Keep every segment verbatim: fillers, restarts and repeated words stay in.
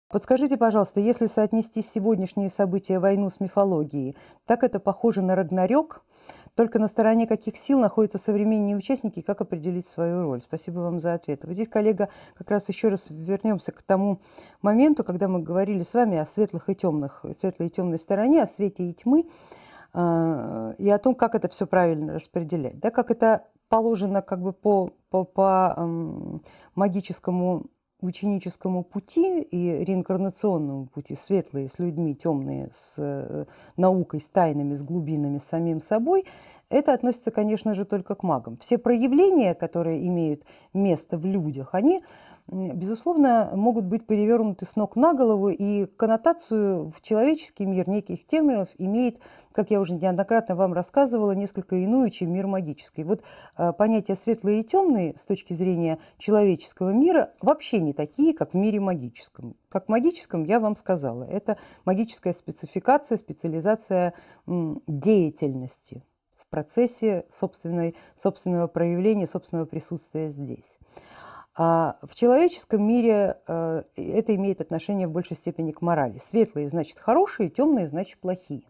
Подскажите, пожалуйста, если соотнести сегодняшние события, войну с мифологией, так это похоже на Рагнарёк, только на стороне каких сил находятся современные участники, и как определить свою роль? Спасибо вам за ответ. Вот здесь, коллега, как раз еще раз вернемся к тому моменту, когда мы говорили с вами о светлых и темных, светлой и темной стороне, о свете и тьмы, э, и о том, как это все правильно распределять, да, как это положено как бы по, по, по эм, магическому ученическому пути и реинкарнационному пути, светлые с людьми, темные с э, наукой, с тайнами, с глубинами, с самим собой, это относится, конечно же, только к магам. Все проявления, которые имеют место в людях, они, безусловно, могут быть перевернуты с ног на голову, и коннотацию в человеческий мир неких терминов имеет, как я уже неоднократно вам рассказывала, несколько иную, чем мир магический. Вот э, понятия светлые и темные с точки зрения человеческого мира вообще не такие, как в мире магическом. Как в магическом я вам сказала, это магическая спецификация, специализация м, деятельности в процессе собственной, собственного проявления, собственного присутствия здесь. А в человеческом мире э, это имеет отношение в большей степени к морали. Светлые значит хорошие, темные значит плохие.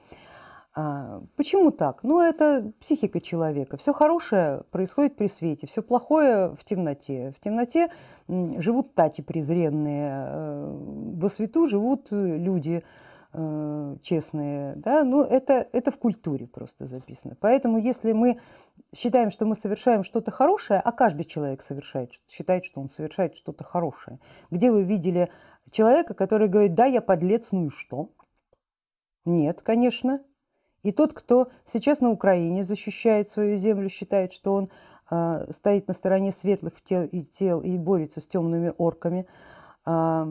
А, почему так? Ну, это психика человека. Все хорошее происходит при свете, все плохое в темноте. В темноте м, живут тати презренные, э, во свету живут люди э, честные. Да? Ну, это, это в культуре просто записано. Поэтому если мы считаем, что мы совершаем что-то хорошее, а каждый человек совершает, считает, что он совершает что-то хорошее. Где вы видели человека, который говорит: да, я подлец, ну и что? Нет, конечно. И тот, кто сейчас на Украине защищает свою землю, считает, что он э, стоит на стороне светлых тел и тел и борется с темными орками э,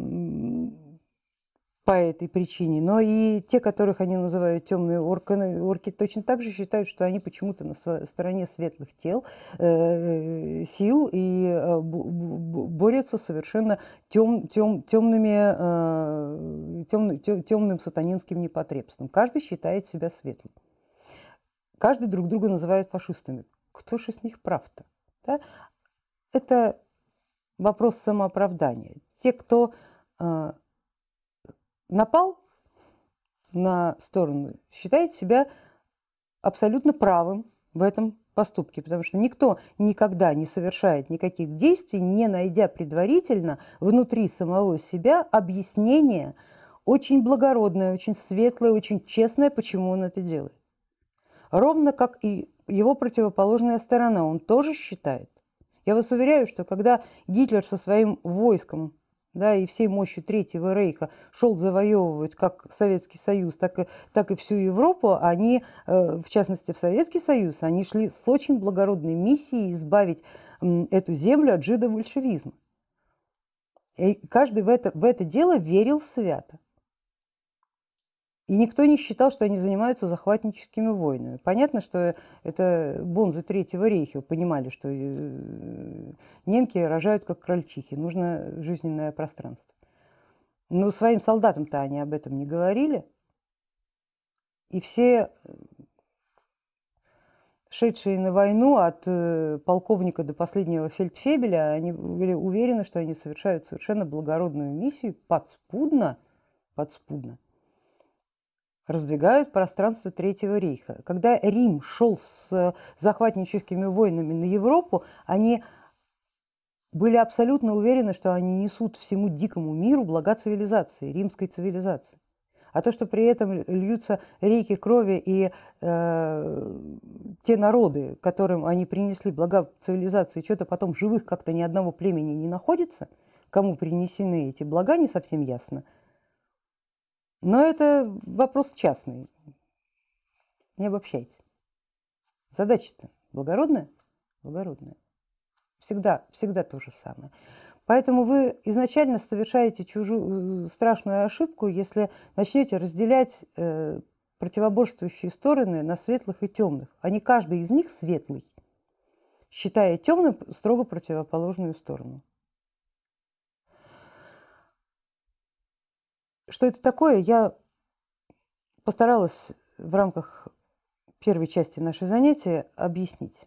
по этой причине. Но и те, которых они называют темные орки, орки точно так же считают, что они почему-то на стороне светлых тел, э, сил и э, борются совершенно тем, тем, темными, э, тем, тем, темным сатанинским непотребством. Каждый считает себя светлым. Каждый друг друга называет фашистами. Кто же из них прав-то? Да? Это вопрос самооправдания. Те, кто э, напал на сторону, считает себя абсолютно правым в этом поступке, потому что никто никогда не совершает никаких действий, не найдя предварительно внутри самого себя объяснение очень благородное, очень светлое, очень честное, почему он это делает. Ровно как и его противоположная сторона, он тоже считает. Я вас уверяю, что когда Гитлер со своим войском, да, и всей мощью Третьего Рейха шел завоевывать как Советский Союз, так и, так и всю Европу, они, э, в частности в Советский Союз, они шли с очень благородной миссией избавить э, эту землю от жидобольшевизма. И каждый в это, в это дело верил свято. И никто не считал, что они занимаются захватническими войнами. Понятно, что это бонзы Третьего Рейха понимали, что немки рожают как крольчихи, нужно жизненное пространство. Но своим солдатам-то они об этом не говорили. И все, шедшие на войну от полковника до последнего фельдфебеля, они были уверены, что они совершают совершенно благородную миссию, подспудно, подспудно раздвигают пространство Третьего Рейха. Когда Рим шел с захватническими войнами на Европу, они были абсолютно уверены, что они несут всему дикому миру блага цивилизации, римской цивилизации. А то, что при этом льются реки крови и э, те народы, которым они принесли блага цивилизации, что-то потом живых как-то ни одного племени не находится, кому принесены эти блага, не совсем ясно. Но это вопрос частный. Не обобщайте. Задача-то благородная? Благородная. Всегда, всегда то же самое. Поэтому вы изначально совершаете чужую страшную ошибку, если начнете разделять э, противоборствующие стороны на светлых и темных. А не каждый из них светлый, считая темным строго противоположную сторону. Что это такое, я постаралась в рамках первой части нашего занятия объяснить.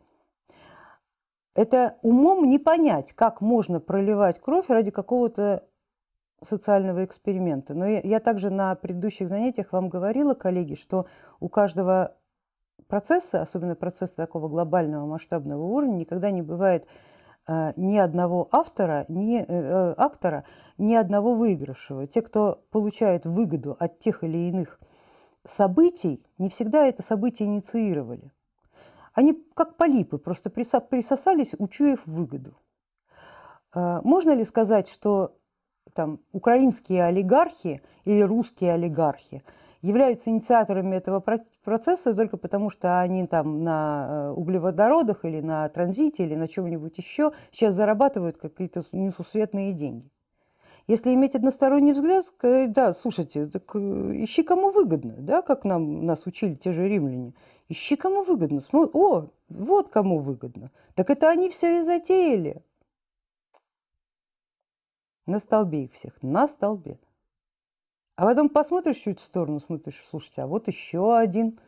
Это умом не понять, как можно проливать кровь ради какого-то социального эксперимента. Но я, я также на предыдущих занятиях вам говорила, коллеги, что у каждого процесса, особенно процесса такого глобального масштабного уровня, никогда не бывает э, ни одного автора, ни э, актора, ни одного выигравшего. Те, кто получает выгоду от тех или иных событий, не всегда это событие инициировали. Они как полипы, просто присосались, учуяв выгоду. Э, можно ли сказать, что там, украинские олигархи или русские олигархи являются инициаторами этого процесса только потому, что они там на углеводородах или на транзите или на чем-нибудь еще сейчас зарабатывают какие-то несусветные деньги? Если иметь односторонний взгляд, да, слушайте, так ищи, кому выгодно, да, как нам, нас учили те же римляне. Ищи, кому выгодно. О, вот кому выгодно. Так это они все и затеяли. На столбе их всех, на столбе. А потом посмотришь чуть в сторону, смотришь, слушайте, а вот еще один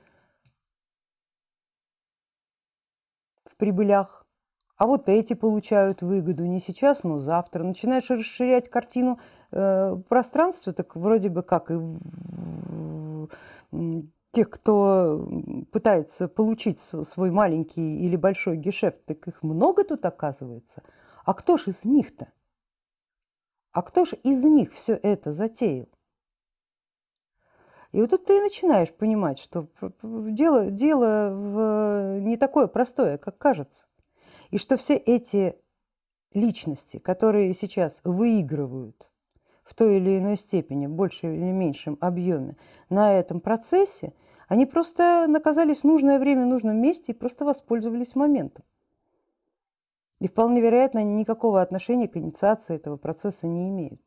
в прибылях. А вот эти получают выгоду не сейчас, но завтра. Начинаешь расширять картину э, пространства, так вроде бы как и в, в, тех, кто пытается получить свой маленький или большой гешефт, так их много тут оказывается. А кто ж из них-то? А кто ж из них все это затеял? И вот тут ты и начинаешь понимать, что дело, дело в не такое простое, как кажется. И что все эти личности, которые сейчас выигрывают в той или иной степени, в большем или меньшем объеме на этом процессе, они просто оказались в нужное время, в нужном месте и просто воспользовались моментом. И вполне вероятно, они никакого отношения к инициации этого процесса не имеют.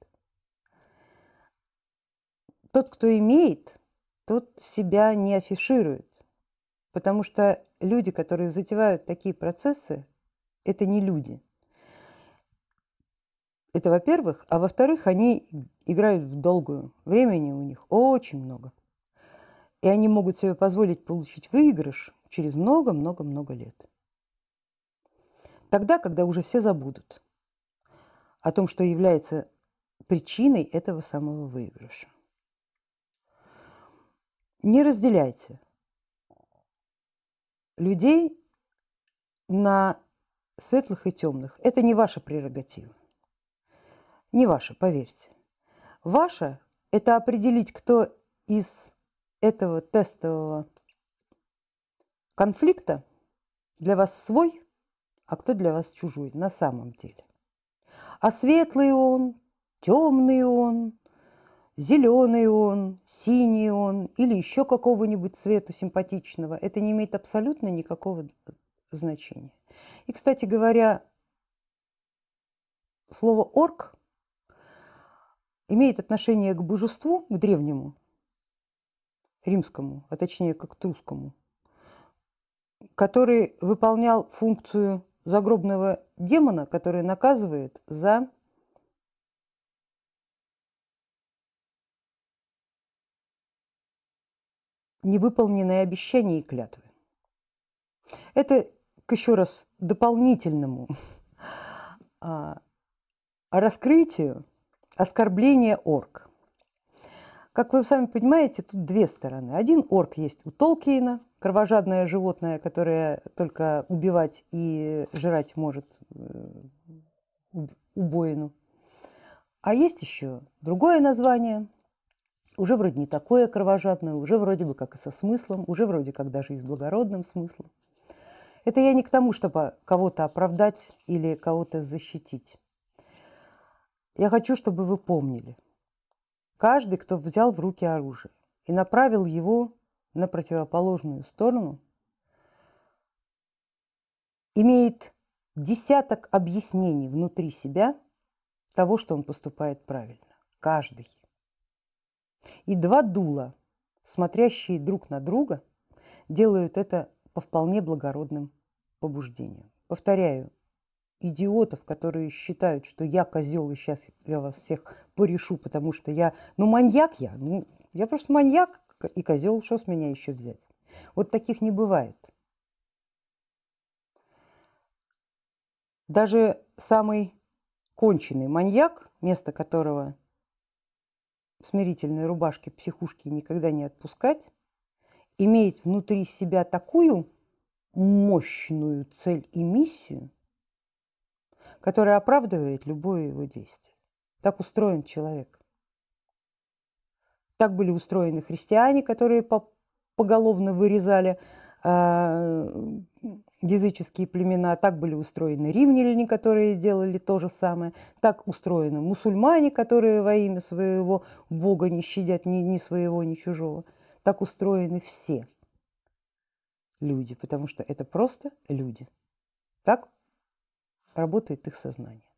Тот, кто имеет, тот себя не афиширует, потому что люди, которые затевают такие процессы, это не люди. Это во-первых, а во-вторых, они играют в долгую. Времени у них очень много. И они могут себе позволить получить выигрыш через много-много-много лет. Тогда, когда уже все забудут о том, что является причиной этого самого выигрыша. Не разделяйте людей на светлых и темных. Это не ваша прерогатива. Не ваша, поверьте. Ваша – это определить, кто из этого тестового конфликта для вас свой, а кто для вас чужой на самом деле. А светлый он, темный он, зеленый он, синий он или еще какого-нибудь цвета симпатичного, это не имеет абсолютно никакого значения. И, кстати говоря, слово «орк» имеет отношение к божеству, к древнему, римскому, а точнее к этрусскому, который выполнял функцию загробного демона, который наказывает за невыполненные обещания и клятвы. Это к еще раз дополнительному раскрытию оскорбления орк. Как вы сами понимаете, тут две стороны. Один орк есть у Толкиена, кровожадное животное, которое только убивать и жрать может убоину. А есть еще другое название, уже вроде не такое кровожадное, уже вроде бы как и со смыслом, уже вроде как даже и с благородным смыслом. Это я не к тому, чтобы кого-то оправдать или кого-то защитить. Я хочу, чтобы вы помнили, каждый, кто взял в руки оружие и направил его на противоположную сторону, имеет десяток объяснений внутри себя того, что он поступает правильно. Каждый. И два дула, смотрящие друг на друга, делают это по вполне благородным побуждениям. Повторяю, идиотов, которые считают, что я козел, и сейчас я вас всех порешу, потому что я, ну, маньяк я, ну, я просто маньяк и козел, что с меня еще взять? Вот таких не бывает. Даже самый конченый маньяк, место которого в смирительной рубашке в психушке и никогда не отпускать, имеет внутри себя такую мощную цель и миссию, которая оправдывает любое его действие. Так устроен человек. Так были устроены христиане, которые поголовно вырезали э, языческие племена, так были устроены римляне, которые делали то же самое, так устроены мусульмане, которые во имя своего бога не щадят ни, ни своего, ни чужого. Так устроены все люди, потому что это просто люди. Так работает их сознание.